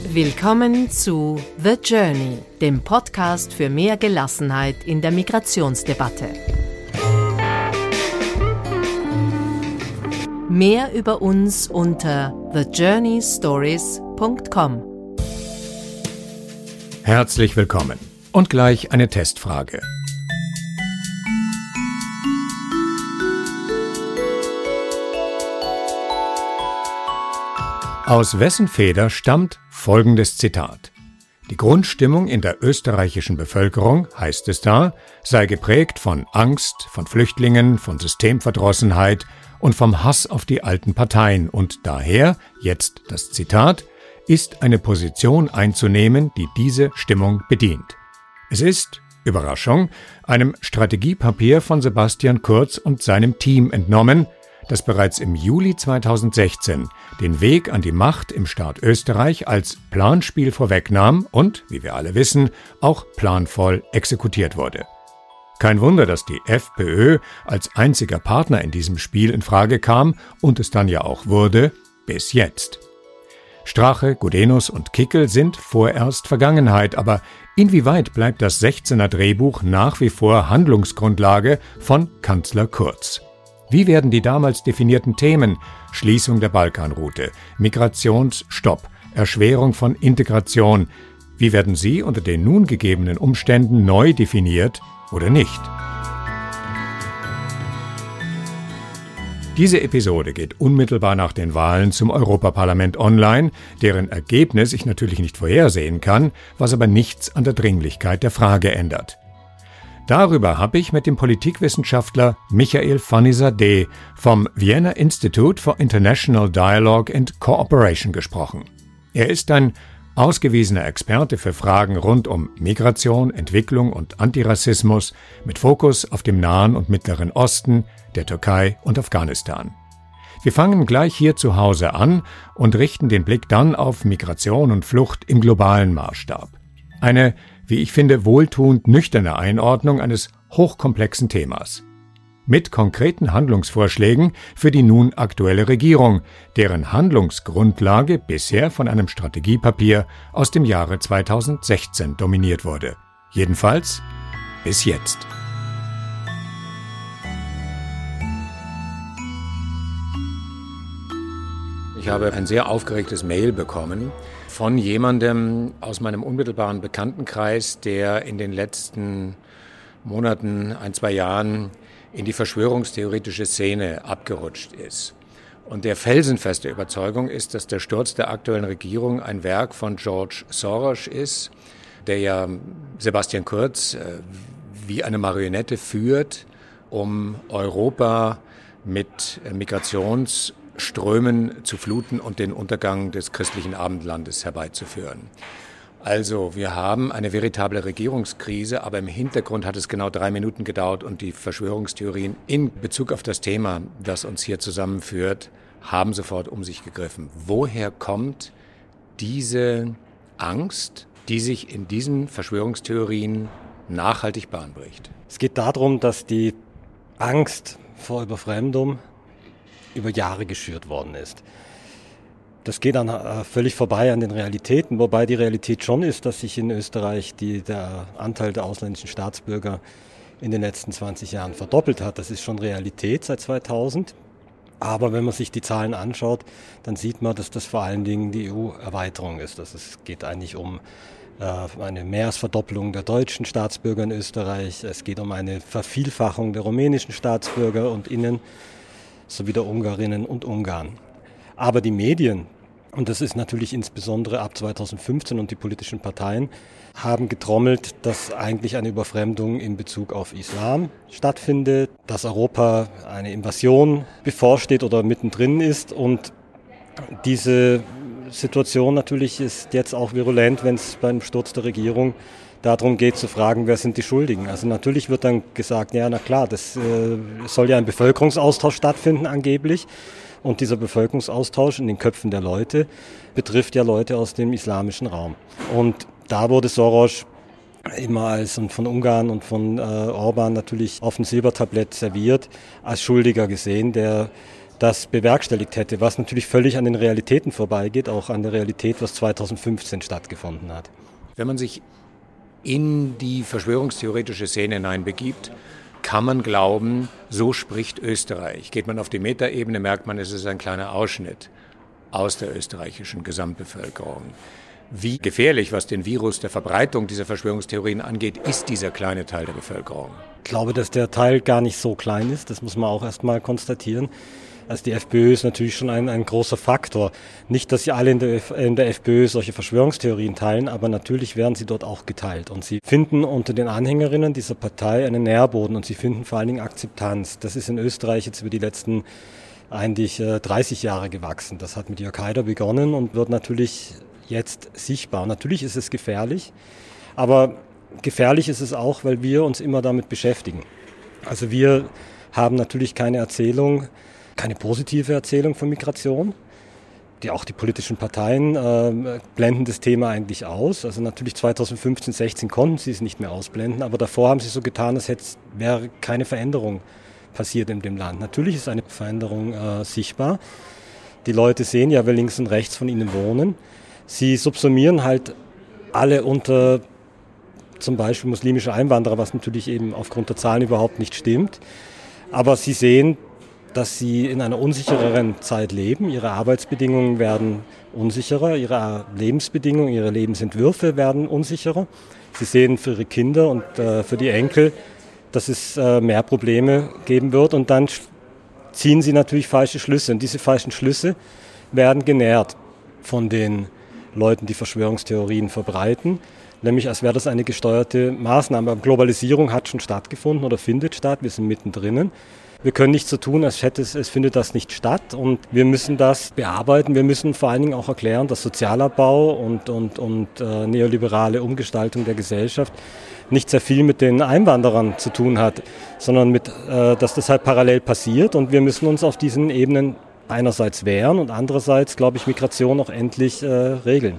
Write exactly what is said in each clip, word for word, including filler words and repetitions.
Willkommen zu The Journey, dem Podcast für mehr Gelassenheit in der Migrationsdebatte. Mehr über uns unter the journey stories punkt com. Herzlich willkommen und gleich eine Testfrage. Aus wessen Feder stammt folgendes Zitat: Die Grundstimmung in der österreichischen Bevölkerung, heißt es da, sei geprägt von Angst, von Flüchtlingen, von Systemverdrossenheit und vom Hass auf die alten Parteien und daher, jetzt das Zitat, ist eine Position einzunehmen, die diese Stimmung bedient. Es ist, Überraschung, einem Strategiepapier von Sebastian Kurz und seinem Team entnommen, das bereits im Juli zweitausendsechzehn den Weg an die Macht im Staat Österreich als Planspiel vorwegnahm und, wie wir alle wissen, auch planvoll exekutiert wurde. Kein Wunder, dass die FPÖ als einziger Partner in diesem Spiel in Frage kam und es dann ja auch wurde, bis jetzt. Strache, Gudenus und Kickl sind vorerst Vergangenheit, aber inwieweit bleibt das sechzehner Drehbuch nach wie vor Handlungsgrundlage von Kanzler Kurz? Wie werden die damals definierten Themen Schließung der Balkanroute, Migrationsstopp, Erschwerung von Integration, wie werden sie unter den nun gegebenen Umständen neu definiert oder nicht? Diese Episode geht unmittelbar nach den Wahlen zum Europaparlament online, deren Ergebnis ich natürlich nicht vorhersehen kann, was aber nichts an der Dringlichkeit der Frage ändert. Darüber habe ich mit dem Politikwissenschaftler Michael Fanizadeh vom Vienna Institute for International Dialogue and Cooperation gesprochen. Er ist ein ausgewiesener Experte für Fragen rund um Migration, Entwicklung und Antirassismus mit Fokus auf dem Nahen und Mittleren Osten, der Türkei und Afghanistan. Wir fangen gleich hier zu Hause an und richten den Blick dann auf Migration und Flucht im globalen Maßstab. Eine, wie ich finde, wohltuend nüchterne Einordnung eines hochkomplexen Themas. Mit konkreten Handlungsvorschlägen für die nun aktuelle Regierung, deren Handlungsgrundlage bisher von einem Strategiepapier aus dem Jahre zweitausendsechzehn dominiert wurde. Jedenfalls bis jetzt. Ich habe ein sehr aufgeregtes Mail bekommen von jemandem aus meinem unmittelbaren Bekanntenkreis, der in den letzten Monaten, ein, zwei Jahren in die verschwörungstheoretische Szene abgerutscht ist. Und der felsenfeste Überzeugung ist, dass der Sturz der aktuellen Regierung ein Werk von George Soros ist, der ja Sebastian Kurz äh, wie eine Marionette führt, um Europa mit äh, Migrations- Strömen zu fluten und den Untergang des christlichen Abendlandes herbeizuführen. Also, wir haben eine veritable Regierungskrise, aber im Hintergrund hat es genau drei Minuten gedauert und die Verschwörungstheorien in Bezug auf das Thema, das uns hier zusammenführt, haben sofort um sich gegriffen. Woher kommt diese Angst, die sich in diesen Verschwörungstheorien nachhaltig Bahn bricht? Es geht darum, dass die Angst vor Überfremdung über Jahre geschürt worden ist. Das geht dann äh, völlig vorbei an den Realitäten, wobei die Realität schon ist, dass sich in Österreich die, der Anteil der ausländischen Staatsbürger in den letzten zwanzig Jahren verdoppelt hat. Das ist schon Realität seit zweitausend. Aber wenn man sich die Zahlen anschaut, dann sieht man, dass das vor allen Dingen die E U-Erweiterung ist. Also es geht eigentlich um äh, eine mehr als Verdoppelung der deutschen Staatsbürger in Österreich. Es geht um eine Vervielfachung der rumänischen Staatsbürger und Innen sowie der Ungarinnen und Ungarn. Aber die Medien, und das ist natürlich insbesondere ab zweitausendfünfzehn und die politischen Parteien, haben getrommelt, dass eigentlich eine Überfremdung in Bezug auf Islam stattfindet, dass Europa eine Invasion bevorsteht oder mittendrin ist. Und diese Situation natürlich ist jetzt auch virulent, wenn es beim Sturz der Regierung darum geht zu fragen, wer sind die Schuldigen. Also natürlich wird dann gesagt, ja, na klar, das äh, soll ja ein Bevölkerungsaustausch stattfinden angeblich. Und dieser Bevölkerungsaustausch in den Köpfen der Leute betrifft ja Leute aus dem islamischen Raum. Und da wurde Soros immer als und von Ungarn und von äh, Orban natürlich auf dem Silbertablett serviert, als Schuldiger gesehen, der das bewerkstelligt hätte, was natürlich völlig an den Realitäten vorbeigeht, auch an der Realität, was zweitausendfünfzehn stattgefunden hat. Wenn man sich in die verschwörungstheoretische Szene hineinbegibt, kann man glauben, so spricht Österreich. Geht man auf die Metaebene, merkt man, es ist ein kleiner Ausschnitt aus der österreichischen Gesamtbevölkerung. Wie gefährlich, was den Virus der Verbreitung dieser Verschwörungstheorien angeht, ist dieser kleine Teil der Bevölkerung? Ich glaube, dass der Teil gar nicht so klein ist, das muss man auch erst mal konstatieren. Also die FPÖ ist natürlich schon ein, ein großer Faktor. Nicht, dass sie alle in der, in der FPÖ solche Verschwörungstheorien teilen, aber natürlich werden sie dort auch geteilt. Und sie finden unter den Anhängerinnen dieser Partei einen Nährboden und sie finden vor allen Dingen Akzeptanz. Das ist in Österreich jetzt über die letzten eigentlich äh, dreißig Jahre gewachsen. Das hat mit Jörg Haider begonnen und wird natürlich jetzt sichtbar. Natürlich ist es gefährlich, aber gefährlich ist es auch, weil wir uns immer damit beschäftigen. Also wir haben natürlich keine Erzählung, keine positive Erzählung von Migration. Die, auch die politischen Parteien äh, blenden das Thema eigentlich aus. Also natürlich zweitausendfünfzehn, sechzehn konnten sie es nicht mehr ausblenden, aber davor haben sie so getan, als hätte, wäre keine Veränderung passiert in dem Land. Natürlich ist eine Veränderung äh, sichtbar. Die Leute sehen ja, wer links und rechts von ihnen wohnen. Sie subsumieren halt alle unter zum Beispiel muslimische Einwanderer, was natürlich eben aufgrund der Zahlen überhaupt nicht stimmt. Aber sie sehen, dass sie in einer unsichereren Zeit leben. Ihre Arbeitsbedingungen werden unsicherer, ihre Lebensbedingungen, ihre Lebensentwürfe werden unsicherer. Sie sehen für ihre Kinder und äh, für die Enkel, dass es äh, mehr Probleme geben wird. Und dann ziehen sie natürlich falsche Schlüsse. Und diese falschen Schlüsse werden genährt von den Leuten, die Verschwörungstheorien verbreiten. Nämlich als wäre das eine gesteuerte Maßnahme. Aber Globalisierung hat schon stattgefunden oder findet statt. Wir sind mittendrin. Wir können nicht so tun, als hätte es, es findet das nicht statt und wir müssen das bearbeiten. Wir müssen vor allen Dingen auch erklären, dass Sozialabbau und, und, und äh, neoliberale Umgestaltung der Gesellschaft nicht sehr viel mit den Einwanderern zu tun hat, sondern mit, äh, dass das halt parallel passiert und wir müssen uns auf diesen Ebenen einerseits wehren und andererseits, glaube ich, Migration auch endlich äh, regeln.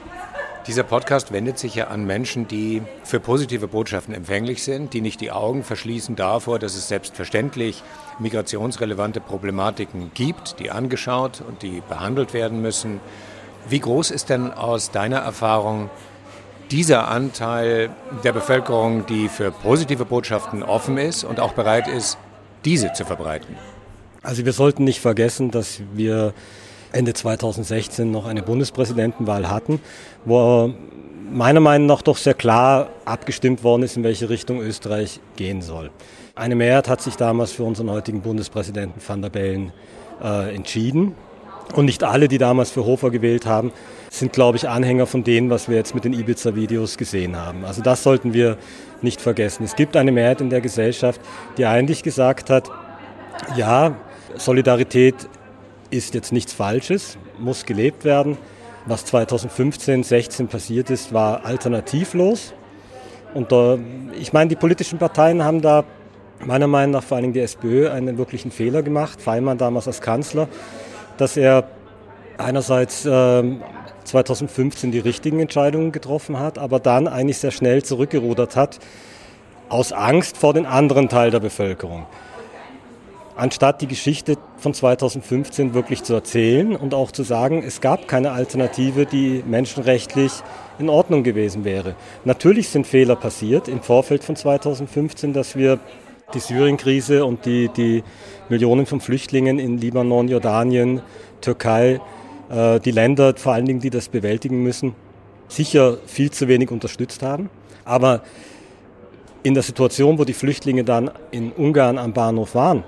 Dieser Podcast wendet sich ja an Menschen, die für positive Botschaften empfänglich sind, die nicht die Augen verschließen davor, dass es selbstverständlich migrationsrelevante Problematiken gibt, die angeschaut und die behandelt werden müssen. Wie groß ist denn aus deiner Erfahrung dieser Anteil der Bevölkerung, die für positive Botschaften offen ist und auch bereit ist, diese zu verbreiten? Also wir sollten nicht vergessen, dass wir Ende zweitausendsechzehn noch eine Bundespräsidentenwahl hatten, wo meiner Meinung nach doch sehr klar abgestimmt worden ist, in welche Richtung Österreich gehen soll. Eine Mehrheit hat sich damals für unseren heutigen Bundespräsidenten Van der Bellen äh, entschieden. Und nicht alle, die damals für Hofer gewählt haben, sind, glaube ich, Anhänger von dem, was wir jetzt mit den Ibiza-Videos gesehen haben. Also das sollten wir nicht vergessen. Es gibt eine Mehrheit in der Gesellschaft, die eigentlich gesagt hat, ja, Solidarität ist jetzt nichts Falsches, muss gelebt werden. Was zweitausendfünfzehn, sechzehn passiert ist, war alternativlos. Und äh, ich meine, die politischen Parteien haben da meiner Meinung nach, vor allem die SPÖ, einen wirklichen Fehler gemacht. Faymann damals als Kanzler, dass er einerseits äh, zweitausendfünfzehn die richtigen Entscheidungen getroffen hat, aber dann eigentlich sehr schnell zurückgerudert hat, aus Angst vor den anderen Teil der Bevölkerung. Anstatt die Geschichte von zweitausendfünfzehn wirklich zu erzählen und auch zu sagen, es gab keine Alternative, die menschenrechtlich in Ordnung gewesen wäre. Natürlich sind Fehler passiert im Vorfeld von zweitausendfünfzehn, dass wir die Syrien-Krise und die, die Millionen von Flüchtlingen in Libanon, Jordanien, Türkei, äh, die Länder vor allen Dingen, die das bewältigen müssen, sicher viel zu wenig unterstützt haben. Aber in der Situation, wo die Flüchtlinge dann in Ungarn am Bahnhof waren,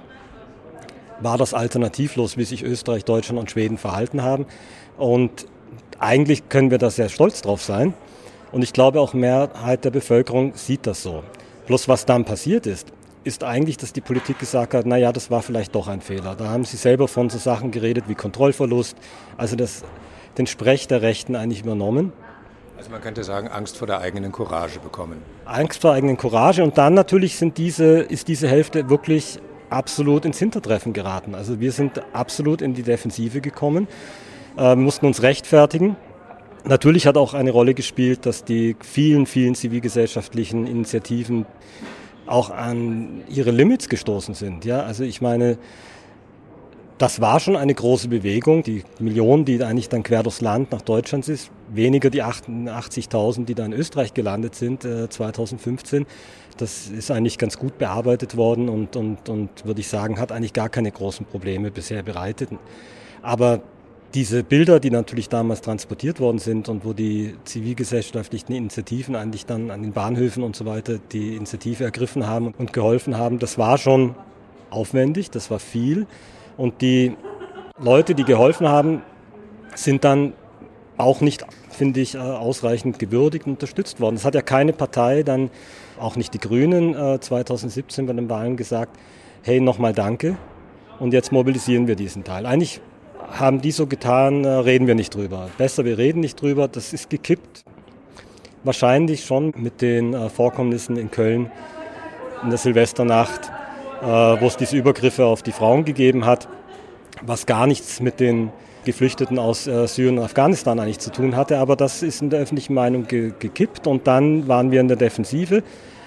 war das alternativlos, wie sich Österreich, Deutschland und Schweden verhalten haben. Und eigentlich können wir da sehr stolz drauf sein. Und ich glaube, auch Mehrheit der Bevölkerung sieht das so. Bloß was dann passiert ist, ist eigentlich, dass die Politik gesagt hat, naja, das war vielleicht doch ein Fehler. Da haben sie selber von so Sachen geredet wie Kontrollverlust, also das, den Sprech der Rechten eigentlich übernommen. Also man könnte sagen, Angst vor der eigenen Courage bekommen. Angst vor der eigenen Courage und dann natürlich sind diese, ist diese Hälfte wirklich absolut ins Hintertreffen geraten. Also wir sind absolut in die Defensive gekommen, äh, mussten uns rechtfertigen. Natürlich hat auch eine Rolle gespielt, dass die vielen, vielen zivilgesellschaftlichen Initiativen auch an ihre Limits gestoßen sind. Ja, also ich meine, Das war schon eine große Bewegung. Die Million, die eigentlich dann quer durchs Land nach Deutschland ist, weniger die achtundachtzigtausend, die da in Österreich gelandet sind äh, zweitausendfünfzehn. Das ist eigentlich ganz gut bearbeitet worden und, und, und würde ich sagen, hat eigentlich gar keine großen Probleme bisher bereitet. Aber diese Bilder, die natürlich damals transportiert worden sind und wo die zivilgesellschaftlichen Initiativen eigentlich dann an den Bahnhöfen und so weiter die Initiative ergriffen haben und geholfen haben, das war schon aufwendig, das war viel. Und die Leute, die geholfen haben, sind dann auch nicht, finde ich, ausreichend gewürdigt und unterstützt worden. Es hat ja keine Partei, dann auch nicht die Grünen, zweitausendsiebzehn bei den Wahlen gesagt, hey, nochmal danke und jetzt mobilisieren wir diesen Teil. Eigentlich haben die so getan, reden wir nicht drüber. Besser, wir reden nicht drüber, das ist gekippt. Wahrscheinlich schon mit den Vorkommnissen in Köln in der Silvesternacht, wo es diese Übergriffe auf die Frauen gegeben hat, was gar nichts mit den Geflüchteten aus Syrien und Afghanistan eigentlich zu tun hatte. Aber das ist in der öffentlichen Meinung ge- gekippt und dann waren wir in der Defensive.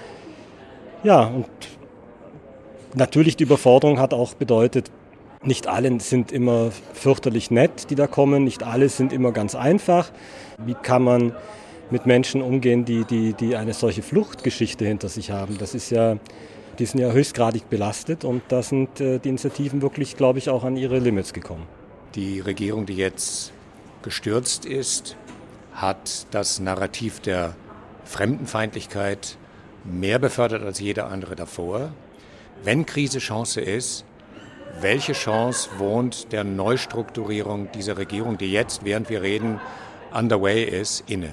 Ja, und natürlich die Überforderung hat auch bedeutet, nicht alle sind immer fürchterlich nett, die da kommen, nicht alle sind immer ganz einfach. Wie kann man mit Menschen umgehen, die, die, die eine solche Fluchtgeschichte hinter sich haben? Das ist ja... Die sind ja höchstgradig belastet und da sind äh, die Initiativen wirklich, glaube ich, auch an ihre Limits gekommen. Die Regierung, die jetzt gestürzt ist, hat das Narrativ der Fremdenfeindlichkeit mehr befördert als jeder andere davor. Wenn Krise Chance ist, welche Chance wohnt der Neustrukturierung dieser Regierung, die jetzt, während wir reden, underway ist, inne?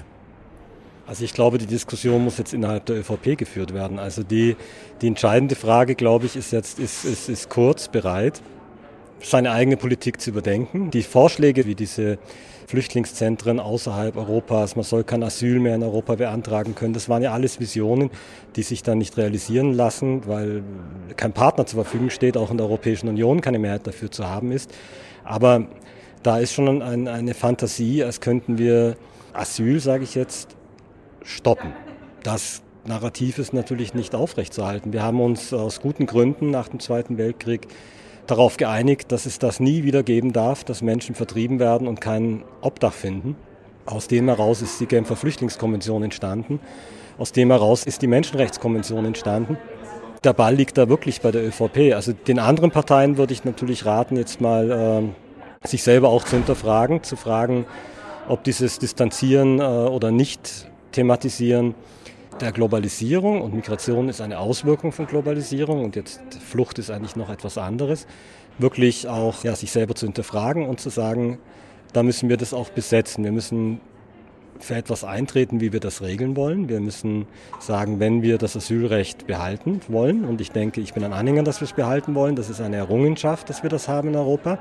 Also ich glaube, die Diskussion muss jetzt innerhalb der ÖVP geführt werden. Also die, die entscheidende Frage, glaube ich, ist jetzt, ist, ist, ist Kurz bereit, seine eigene Politik zu überdenken. Die Vorschläge wie diese Flüchtlingszentren außerhalb Europas, man soll kein Asyl mehr in Europa beantragen können, das waren ja alles Visionen, die sich dann nicht realisieren lassen, weil kein Partner zur Verfügung steht, auch in der Europäischen Union keine Mehrheit dafür zu haben ist. Aber da ist schon ein, eine Fantasie, als könnten wir Asyl, sage ich jetzt, stoppen. Das Narrativ ist natürlich nicht aufrechtzuerhalten. Wir haben uns aus guten Gründen nach dem Zweiten Weltkrieg darauf geeinigt, dass es das nie wieder geben darf, dass Menschen vertrieben werden und kein Obdach finden. Aus dem heraus ist die Genfer Flüchtlingskonvention entstanden. Aus dem heraus ist die Menschenrechtskonvention entstanden. Der Ball liegt da wirklich bei der ÖVP. Also den anderen Parteien würde ich natürlich raten, jetzt mal äh, sich selber auch zu hinterfragen, zu fragen, ob dieses Distanzieren äh, oder nicht thematisieren der Globalisierung, und Migration ist eine Auswirkung von Globalisierung und jetzt Flucht ist eigentlich noch etwas anderes, wirklich auch ja, sich selber zu hinterfragen und zu sagen, da müssen wir das auch besetzen. Wir müssen für etwas eintreten, wie wir das regeln wollen. Wir müssen sagen, wenn wir das Asylrecht behalten wollen, und ich denke, ich bin ein Anhänger, dass wir es behalten wollen, das ist eine Errungenschaft, dass wir das haben in Europa,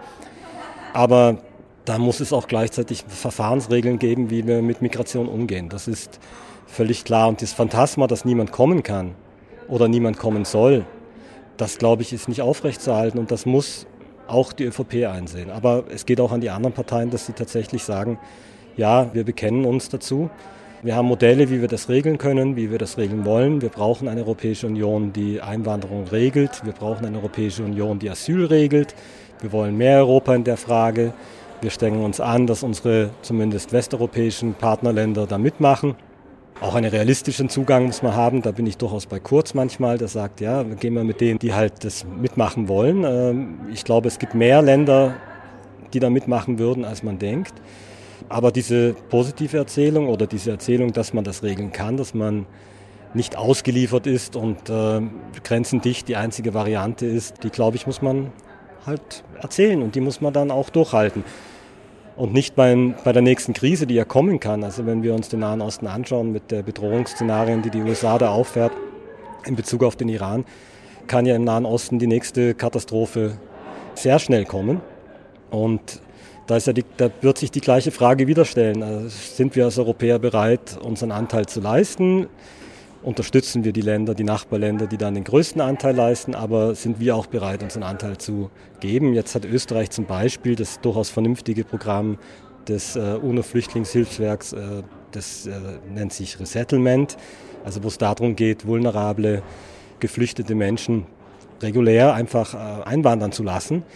aber da muss es auch gleichzeitig Verfahrensregeln geben, wie wir mit Migration umgehen. Das ist völlig klar. Und das Phantasma, dass niemand kommen kann oder niemand kommen soll, das, glaube ich, ist nicht aufrechtzuerhalten. Und das muss auch die ÖVP einsehen. Aber es geht auch an die anderen Parteien, dass sie tatsächlich sagen, ja, wir bekennen uns dazu. Wir haben Modelle, wie wir das regeln können, wie wir das regeln wollen. Wir brauchen eine Europäische Union, die Einwanderung regelt. Wir brauchen eine Europäische Union, die Asyl regelt. Wir wollen mehr Europa in der Frage. Wir strengen uns an, dass unsere zumindest westeuropäischen Partnerländer da mitmachen. Auch einen realistischen Zugang muss man haben, da bin ich durchaus bei Kurz manchmal, der sagt, ja, gehen wir mit denen, die halt das mitmachen wollen. Ich glaube, es gibt mehr Länder, die da mitmachen würden, als man denkt. Aber diese positive Erzählung oder diese Erzählung, dass man das regeln kann, dass man nicht ausgeliefert ist und äh, grenzendicht die einzige Variante ist, die, glaube ich, muss man halt erzählen und die muss man dann auch durchhalten. Und nicht beim, bei der nächsten Krise, die ja kommen kann. Also wenn wir uns den Nahen Osten anschauen mit der Bedrohungsszenarien, die die U S A da auffährt in Bezug auf den Iran, kann ja im Nahen Osten die nächste Katastrophe sehr schnell kommen. Und da, ist ja die, da wird sich die gleiche Frage wieder stellen. Also sind wir als Europäer bereit, unseren Anteil zu leisten? Unterstützen wir die Länder, die Nachbarländer, die dann den größten Anteil leisten, aber sind wir auch bereit, unseren Anteil zu geben? Jetzt hat Österreich zum Beispiel das durchaus vernünftige Programm des äh, UNO-Flüchtlingshilfswerks, äh, das äh, nennt sich Resettlement, also wo es darum geht, vulnerable, geflüchtete Menschen regulär einfach äh, einwandern zu lassen.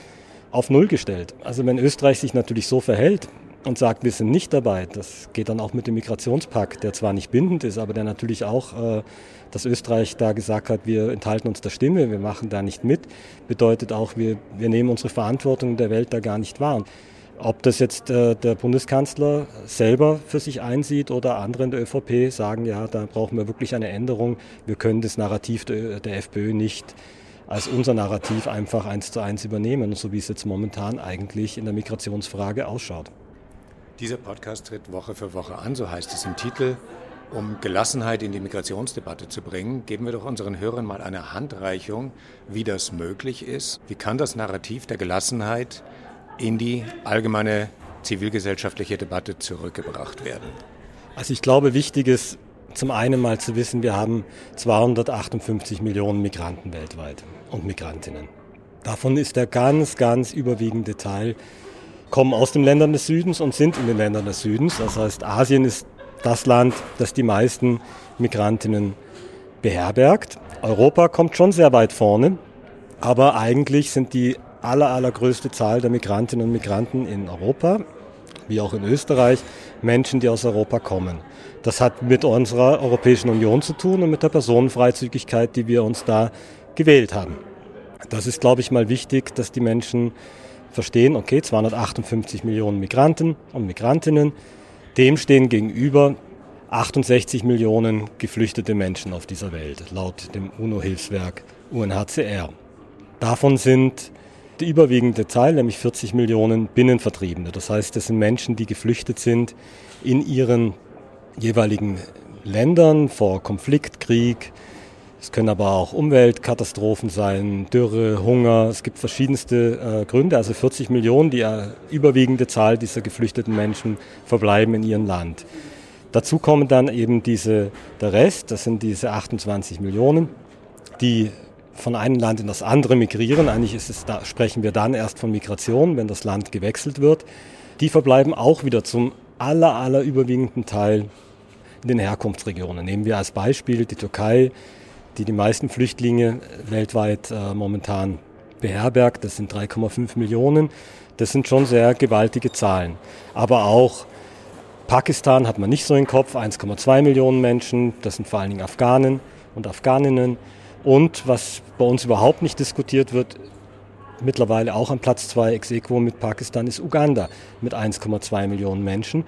auf Null gestellt. Also wenn Österreich sich natürlich so verhält und sagt, wir sind nicht dabei, das geht dann auch mit dem Migrationspakt, der zwar nicht bindend ist, aber der natürlich auch, äh, dass Österreich da gesagt hat, wir enthalten uns der Stimme, wir machen da nicht mit, bedeutet auch, wir, wir nehmen unsere Verantwortung der Welt da gar nicht wahr. Ob das jetzt äh, der Bundeskanzler selber für sich einsieht oder andere in der ÖVP sagen, ja, da brauchen wir wirklich eine Änderung. Wir können das Narrativ der, der FPÖ nicht als unser Narrativ einfach eins zu eins übernehmen, so wie es jetzt momentan eigentlich in der Migrationsfrage ausschaut. Dieser Podcast tritt Woche für Woche an, so heißt es im Titel. Um Gelassenheit in die Migrationsdebatte zu bringen, geben wir doch unseren Hörern mal eine Handreichung, wie das möglich ist. Wie kann das Narrativ der Gelassenheit in die allgemeine zivilgesellschaftliche Debatte zurückgebracht werden? Also ich glaube, wichtig ist zum einen mal zu wissen, wir haben zweihundertachtundfünfzig Millionen Migranten weltweit und Migrantinnen. Davon ist der ganz, ganz überwiegende Teil, kommen aus den Ländern des Südens und sind in den Ländern des Südens. Das heißt, Asien ist das Land, das die meisten Migrantinnen beherbergt. Europa kommt schon sehr weit vorne, aber eigentlich sind die aller, allergrößte Zahl der Migrantinnen und Migranten in Europa, wie auch in Österreich, Menschen, die aus Europa kommen. Das hat mit unserer Europäischen Union zu tun und mit der Personenfreizügigkeit, die wir uns da gewählt haben. Das ist, glaube ich, mal wichtig, dass die Menschen verstehen, okay, zweihundertachtundfünfzig Millionen Migranten und Migrantinnen, dem stehen gegenüber achtundsechzig Millionen geflüchtete Menschen auf dieser Welt, laut dem UNO-Hilfswerk U N H C R. Davon sind die überwiegende Zahl, nämlich vierzig Millionen Binnenvertriebene. Das heißt, das sind Menschen, die geflüchtet sind in ihren jeweiligen Ländern vor Konflikt, Krieg. Es können aber auch Umweltkatastrophen sein, Dürre, Hunger. Es gibt verschiedenste äh, Gründe. Also vierzig Millionen, die äh, überwiegende Zahl dieser geflüchteten Menschen verbleiben in ihrem Land. Dazu kommen dann eben diese, der Rest, das sind diese achtundzwanzig Millionen, die von einem Land in das andere migrieren. Eigentlich ist es da, sprechen wir dann erst von Migration, wenn das Land gewechselt wird. Die verbleiben auch wieder zum aller, aller überwiegenden Teil in den Herkunftsregionen. Nehmen wir als Beispiel die Türkei, die die meisten Flüchtlinge weltweit äh, momentan beherbergt. Das sind drei Komma fünf Millionen. Das sind schon sehr gewaltige Zahlen. Aber auch Pakistan hat man nicht so im Kopf, eins Komma zwei Millionen Menschen. Das sind vor allen Dingen Afghanen und Afghaninnen. Und was bei uns überhaupt nicht diskutiert wird, mittlerweile auch an Platz zwei ex aequo mit Pakistan, ist Uganda mit eins Komma zwei Millionen Menschen,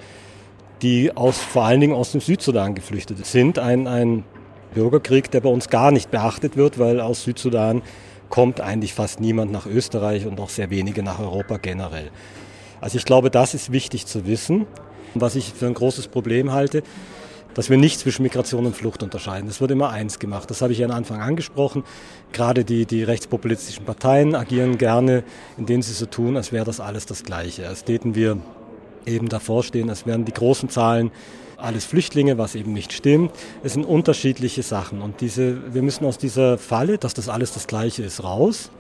die aus, vor allen Dingen aus dem Südsudan geflüchtet sind. Ein, ein Bürgerkrieg, der bei uns gar nicht beachtet wird, weil aus Südsudan kommt eigentlich fast niemand nach Österreich und auch sehr wenige nach Europa generell. Also ich glaube, das ist wichtig zu wissen. Was ich für ein großes Problem halte, dass wir nicht zwischen Migration und Flucht unterscheiden. Es wird immer eins gemacht. Das habe ich ja am Anfang angesprochen. Gerade die, die rechtspopulistischen Parteien agieren gerne, indem sie so tun, als wäre das alles das Gleiche. Als täten wir eben davor stehen, als wären die großen Zahlen alles Flüchtlinge, was eben nicht stimmt. Es sind unterschiedliche Sachen. Und diese, wir müssen aus dieser Falle, dass das alles das Gleiche ist, raus.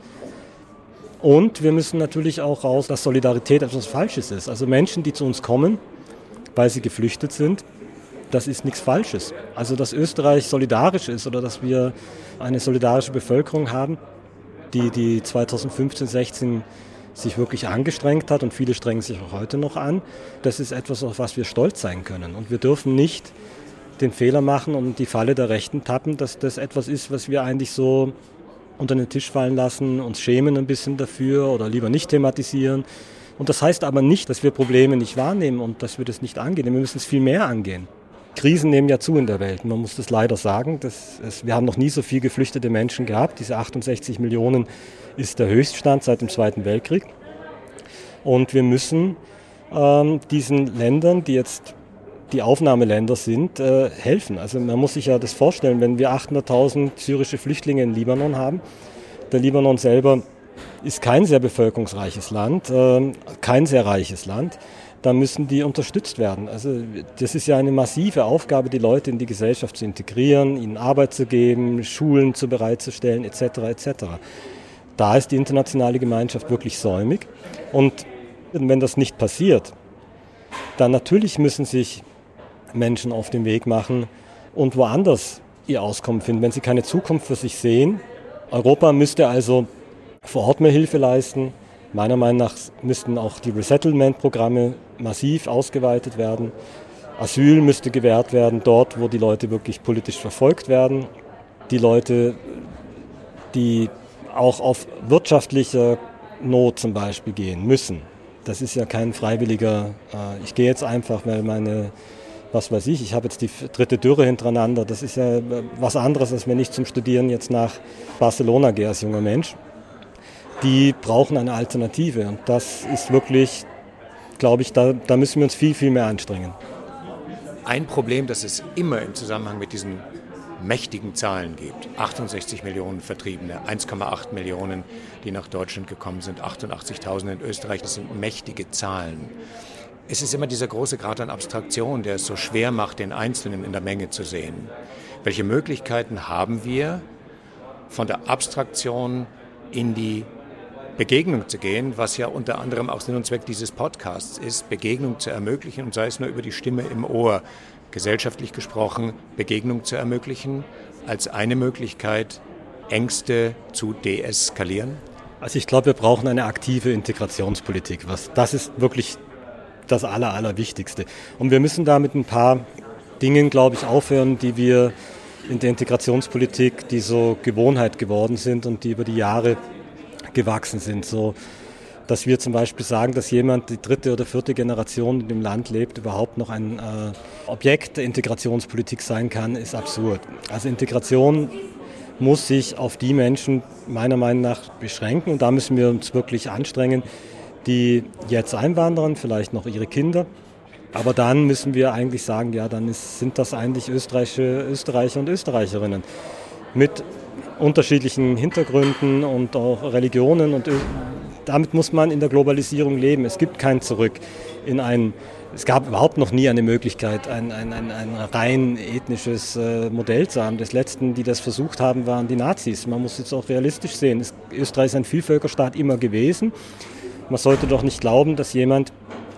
Und wir müssen natürlich auch raus, dass Solidarität etwas Falsches ist. Also Menschen, die zu uns kommen, weil sie geflüchtet sind, das ist nichts Falsches. Also dass Österreich solidarisch ist oder dass wir eine solidarische Bevölkerung haben, die, die zweitausendfünfzehn, sechzehn sich wirklich angestrengt hat und viele strengen sich auch heute noch an, das ist etwas, auf was wir stolz sein können. Und wir dürfen nicht den Fehler machen und die Falle der Rechten tappen, dass das etwas ist, was wir eigentlich so unter den Tisch fallen lassen, uns schämen ein bisschen dafür oder lieber nicht thematisieren. Und das heißt aber nicht, dass wir Probleme nicht wahrnehmen und dass wir das nicht angehen. Wir müssen es viel mehr angehen. Krisen nehmen ja zu in der Welt. Man muss das leider sagen. Das, es, wir haben noch nie so viele geflüchtete Menschen gehabt. Diese achtundsechzig Millionen ist der Höchststand seit dem Zweiten Weltkrieg. Und wir müssen ähm, diesen Ländern, die jetzt die Aufnahmeländer sind, äh, helfen. Also man muss sich ja das vorstellen, wenn wir achthunderttausend syrische Flüchtlinge in Libanon haben. Der Libanon selber ist kein sehr bevölkerungsreiches Land, äh, kein sehr reiches Land. Da müssen die unterstützt werden. Also das ist ja eine massive Aufgabe, die Leute in die Gesellschaft zu integrieren, ihnen Arbeit zu geben, Schulen zu bereitzustellen, et cetera et cetera. Da ist die internationale Gemeinschaft wirklich säumig. Und wenn das nicht passiert, dann natürlich müssen sich Menschen auf den Weg machen und woanders ihr Auskommen finden, wenn sie keine Zukunft für sich sehen. Europa müsste also vor Ort mehr Hilfe leisten, Meiner Meinung nach müssten auch die Resettlement-Programme massiv ausgeweitet werden. Asyl müsste gewährt werden, dort, wo die Leute wirklich politisch verfolgt werden. Die Leute, die auch auf wirtschaftlicher Not zum Beispiel gehen müssen. Das ist ja kein freiwilliger, äh, ich gehe jetzt einfach, weil meine, was weiß ich, ich habe jetzt die dritte Dürre hintereinander. Das ist ja was anderes, als wenn ich zum Studieren jetzt nach Barcelona gehe als junger Mensch. Die brauchen eine Alternative und das ist wirklich, glaube ich, da, da müssen wir uns viel, viel mehr anstrengen. Ein Problem, das es immer im Zusammenhang mit diesen mächtigen Zahlen gibt. achtundsechzig Millionen Vertriebene, eins Komma acht Millionen, die nach Deutschland gekommen sind, achtundachtzigtausend in Österreich. Das sind mächtige Zahlen. Es ist immer dieser große Grad an Abstraktion, der es so schwer macht, den Einzelnen in der Menge zu sehen. Welche Möglichkeiten haben wir, von der Abstraktion in die Begegnung zu gehen, was ja unter anderem auch Sinn und Zweck dieses Podcasts ist, Begegnung zu ermöglichen und sei es nur über die Stimme im Ohr, gesellschaftlich gesprochen, Begegnung zu ermöglichen, als eine Möglichkeit, Ängste zu deeskalieren? Also ich glaube, wir brauchen eine aktive Integrationspolitik. Was, das ist wirklich das Aller, Allerwichtigste. Und wir müssen da mit ein paar Dingen, glaube ich, aufhören, die wir in der Integrationspolitik, die so Gewohnheit geworden sind und die über die Jahre gewachsen sind. So, dass wir zum Beispiel sagen, dass jemand, die dritte oder vierte Generation in dem Land lebt, überhaupt noch ein äh, Objekt der Integrationspolitik sein kann, ist absurd. Also Integration muss sich auf die Menschen meiner Meinung nach beschränken und da müssen wir uns wirklich anstrengen, die jetzt einwandern, vielleicht noch ihre Kinder. Aber dann müssen wir eigentlich sagen, ja, dann ist, sind das eigentlich österreichische Österreicher und Österreicherinnen mit unterschiedlichen Hintergründen und auch Religionen. Und damit muss man in der Globalisierung leben. Es gibt kein Zurück in ein, es gab überhaupt noch nie eine Möglichkeit, ein, ein, ein, ein rein ethnisches äh, Modell zu haben. Das Letzten, die das versucht haben, waren die Nazis. Man muss jetzt auch realistisch sehen. Es, Österreich ist ein Vielvölkerstaat immer gewesen. Man sollte doch nicht glauben, dass jemand,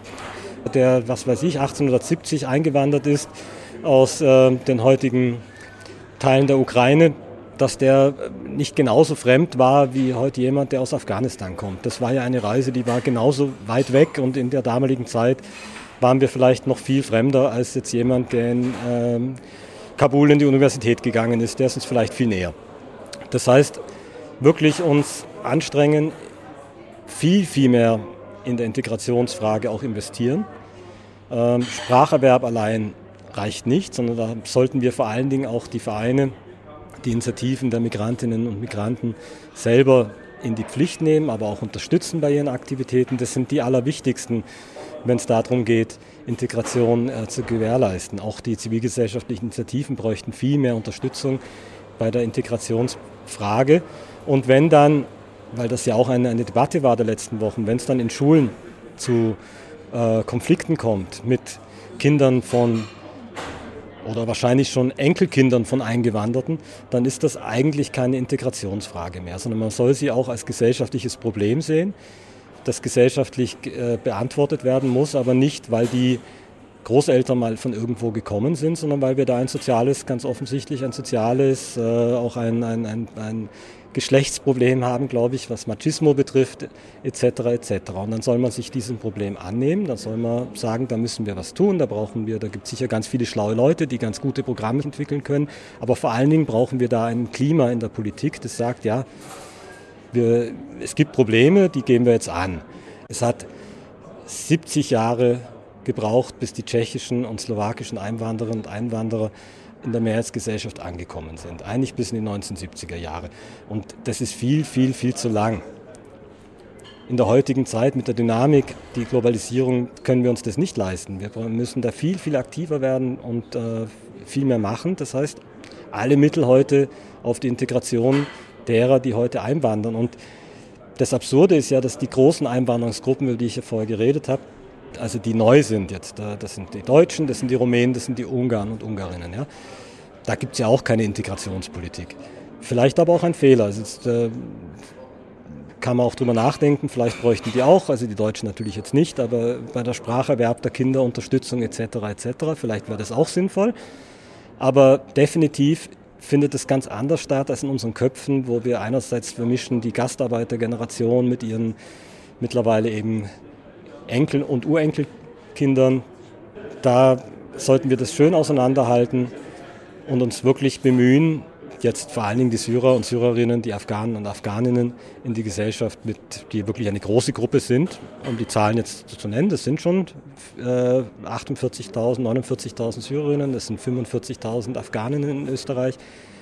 der, was weiß ich, achtzehnhundertsiebzig eingewandert ist aus äh, den heutigen Teilen der Ukraine, dass der nicht genauso fremd war wie heute jemand, der aus Afghanistan kommt. Das war ja eine Reise, die war genauso weit weg und in der damaligen Zeit waren wir vielleicht noch viel fremder als jetzt jemand, der in ähm, Kabul in die Universität gegangen ist, der ist uns vielleicht viel näher. Das heißt, wirklich uns anstrengen, viel, viel mehr in der Integrationsfrage auch investieren. Ähm, Spracherwerb allein reicht nicht, sondern da sollten wir vor allen Dingen auch die Vereine, die Initiativen der Migrantinnen und Migranten selber in die Pflicht nehmen, aber auch unterstützen bei ihren Aktivitäten. Das sind die allerwichtigsten, wenn es darum geht, Integration äh, zu gewährleisten. Auch die zivilgesellschaftlichen Initiativen bräuchten viel mehr Unterstützung bei der Integrationsfrage. Und wenn dann, weil das ja auch eine, eine Debatte war der letzten Wochen, wenn es dann in Schulen zu äh, Konflikten kommt mit Kindern von oder wahrscheinlich schon Enkelkindern von Eingewanderten, dann ist das eigentlich keine Integrationsfrage mehr, sondern man soll sie auch als gesellschaftliches Problem sehen, das gesellschaftlich äh, beantwortet werden muss, aber nicht, weil die Großeltern mal von irgendwo gekommen sind, sondern weil wir da ein soziales, ganz offensichtlich ein soziales, äh, auch ein, ein, ein, ein Geschlechtsproblem haben, glaube ich, was Machismo betrifft, et cetera et cetera. Und dann soll man sich diesem Problem annehmen, dann soll man sagen, da müssen wir was tun, da brauchen wir, da gibt es sicher ganz viele schlaue Leute, die ganz gute Programme entwickeln können, aber vor allen Dingen brauchen wir da ein Klima in der Politik, das sagt, ja, wir, es gibt Probleme, die gehen wir jetzt an. Es hat siebzig Jahre gebraucht, bis die tschechischen und slowakischen Einwandererinnen und Einwanderer in der Mehrheitsgesellschaft angekommen sind. Eigentlich bis in die neunzehnhundertsiebziger Jahre. Und das ist viel, viel, viel zu lang. In der heutigen Zeit mit der Dynamik, die Globalisierung, können wir uns das nicht leisten. Wir müssen da viel, viel aktiver werden und äh, viel mehr machen. Das heißt, alle Mittel heute auf die Integration derer, die heute einwandern. Und das Absurde ist ja, dass die großen Einwanderungsgruppen, über die ich ja vorher geredet habe, also die neu sind jetzt, das sind die Deutschen, das sind die Rumänen, das sind die Ungarn und Ungarinnen. Ja. Da gibt es ja auch keine Integrationspolitik. Vielleicht aber auch ein Fehler. Also jetzt äh, kann man auch drüber nachdenken, vielleicht bräuchten die auch, also die Deutschen natürlich jetzt nicht, aber bei der Spracherwerb der Kinder, Unterstützung et cetera et cetera, vielleicht wäre das auch sinnvoll. Aber definitiv findet es ganz anders statt als in unseren Köpfen, wo wir einerseits vermischen die Gastarbeitergeneration mit ihren mittlerweile eben Enkel- und Urenkelkindern. Da sollten wir das schön auseinanderhalten und uns wirklich bemühen, jetzt vor allen Dingen die Syrer und Syrerinnen, die Afghanen und Afghaninnen in die Gesellschaft, mit, die wirklich eine große Gruppe sind, um die Zahlen jetzt zu nennen, das sind schon äh, achtundvierzigtausend, neunundvierzigtausend Syrerinnen, das sind fünfundvierzigtausend Afghaninnen in Österreich.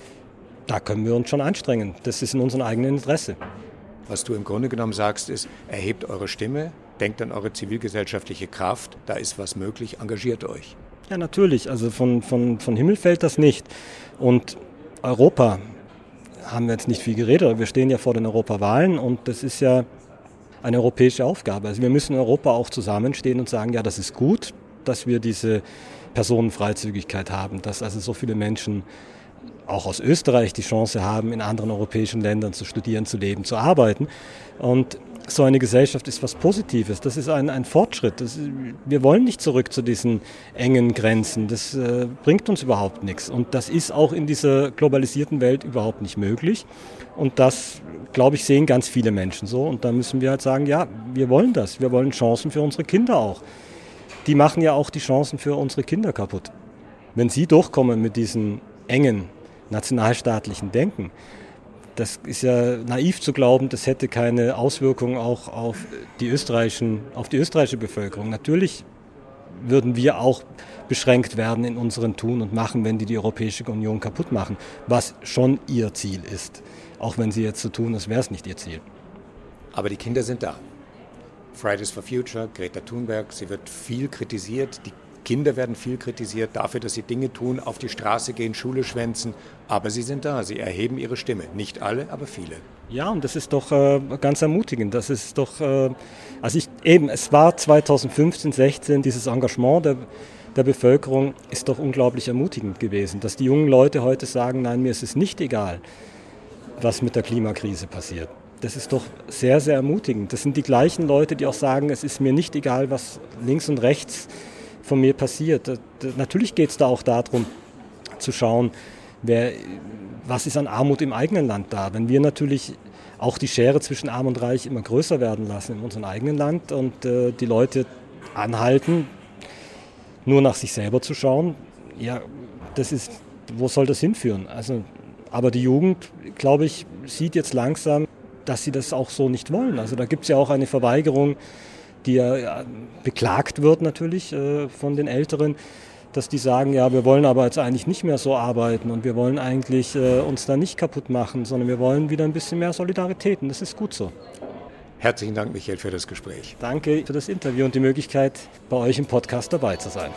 Da können wir uns schon anstrengen. Das ist in unserem eigenen Interesse. Was du im Grunde genommen sagst, ist, erhebt eure Stimme, denkt an eure zivilgesellschaftliche Kraft, da ist was möglich, engagiert euch. Ja, natürlich. Also von, von, von Himmel fällt das nicht. Und Europa haben wir jetzt nicht viel geredet, aber wir stehen ja vor den Europawahlen und das ist ja eine europäische Aufgabe. Also wir müssen in Europa auch zusammenstehen und sagen, ja, das ist gut, dass wir diese Personenfreizügigkeit haben, dass also so viele Menschen auch aus Österreich die Chance haben, in anderen europäischen Ländern zu studieren, zu leben, zu arbeiten. Und so eine Gesellschaft ist was Positives, das ist ein, ein Fortschritt. Das, wir wollen nicht zurück zu diesen engen Grenzen, das äh, bringt uns überhaupt nichts. Und das ist auch in dieser globalisierten Welt überhaupt nicht möglich. Und das, glaube ich, sehen ganz viele Menschen so. Und da müssen wir halt sagen, ja, wir wollen das, wir wollen Chancen für unsere Kinder auch. Die machen ja auch die Chancen für unsere Kinder kaputt. Wenn sie durchkommen mit diesen engen nationalstaatlichen Denken, das ist ja naiv zu glauben, das hätte keine Auswirkungen auch auf die österreichischen, auf die österreichische Bevölkerung. Natürlich würden wir auch beschränkt werden in unseren Tun und Machen, wenn die die Europäische Union kaputt machen, was schon ihr Ziel ist. Auch wenn sie jetzt so tun, als wäre es nicht ihr Ziel. Aber die Kinder sind da. Fridays for Future, Greta Thunberg, sie wird viel kritisiert. Die Kinder werden viel kritisiert dafür, dass sie Dinge tun, auf die Straße gehen, Schule schwänzen. Aber sie sind da, sie erheben ihre Stimme. Nicht alle, aber viele. Ja, und das ist doch äh, ganz ermutigend. Das ist doch, äh, also ich, eben, es war zweitausendfünfzehn, sechzehn, dieses Engagement der, der Bevölkerung ist doch unglaublich ermutigend gewesen. Dass die jungen Leute heute sagen, nein, mir ist es nicht egal, was mit der Klimakrise passiert. Das ist doch sehr, sehr ermutigend. Das sind die gleichen Leute, die auch sagen, es ist mir nicht egal, was links und rechts von mir passiert. Natürlich geht es da auch darum, zu schauen, wer, was ist an Armut im eigenen Land da. Wenn wir natürlich auch die Schere zwischen Arm und Reich immer größer werden lassen in unserem eigenen Land und äh, die Leute anhalten, nur nach sich selber zu schauen, ja, das ist, wo soll das hinführen? Also, aber die Jugend, glaube ich, sieht jetzt langsam, dass sie das auch so nicht wollen. Also da gibt es ja auch eine Verweigerung, die ja, ja beklagt wird natürlich äh, von den Älteren, dass die sagen, ja, wir wollen aber jetzt eigentlich nicht mehr so arbeiten und wir wollen eigentlich äh, uns da nicht kaputt machen, sondern wir wollen wieder ein bisschen mehr Solidarität und das ist gut so. Herzlichen Dank, Michael, für das Gespräch. Danke für das Interview und die Möglichkeit, bei euch im Podcast dabei zu sein.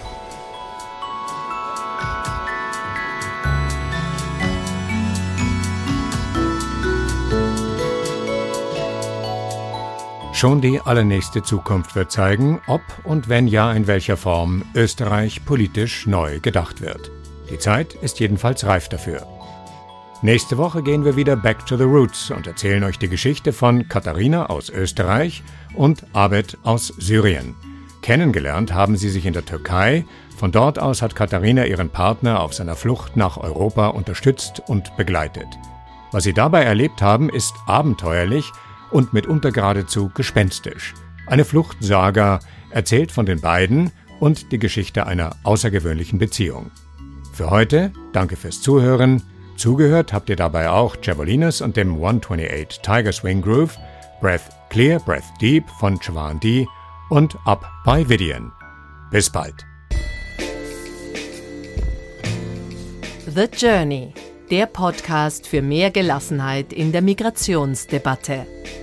Schon die allernächste Zukunft wird zeigen, ob und wenn ja, in welcher Form Österreich politisch neu gedacht wird. Die Zeit ist jedenfalls reif dafür. Nächste Woche gehen wir wieder back to the roots und erzählen euch die Geschichte von Katharina aus Österreich und Abed aus Syrien. Kennengelernt haben sie sich in der Türkei. Von dort aus hat Katharina ihren Partner auf seiner Flucht nach Europa unterstützt und begleitet. Was sie dabei erlebt haben, ist abenteuerlich und mitunter geradezu gespenstisch. Eine Fluchtsaga, erzählt von den beiden und die Geschichte einer außergewöhnlichen Beziehung. Für heute, danke fürs Zuhören. Zugehört habt ihr dabei auch Javelinas und dem hundertachtundzwanzig Tiger Swing Groove, Breath Clear, Breath Deep von Chwan Di und Up by Vidian. Bis bald. The Journey, der Podcast für mehr Gelassenheit in der Migrationsdebatte.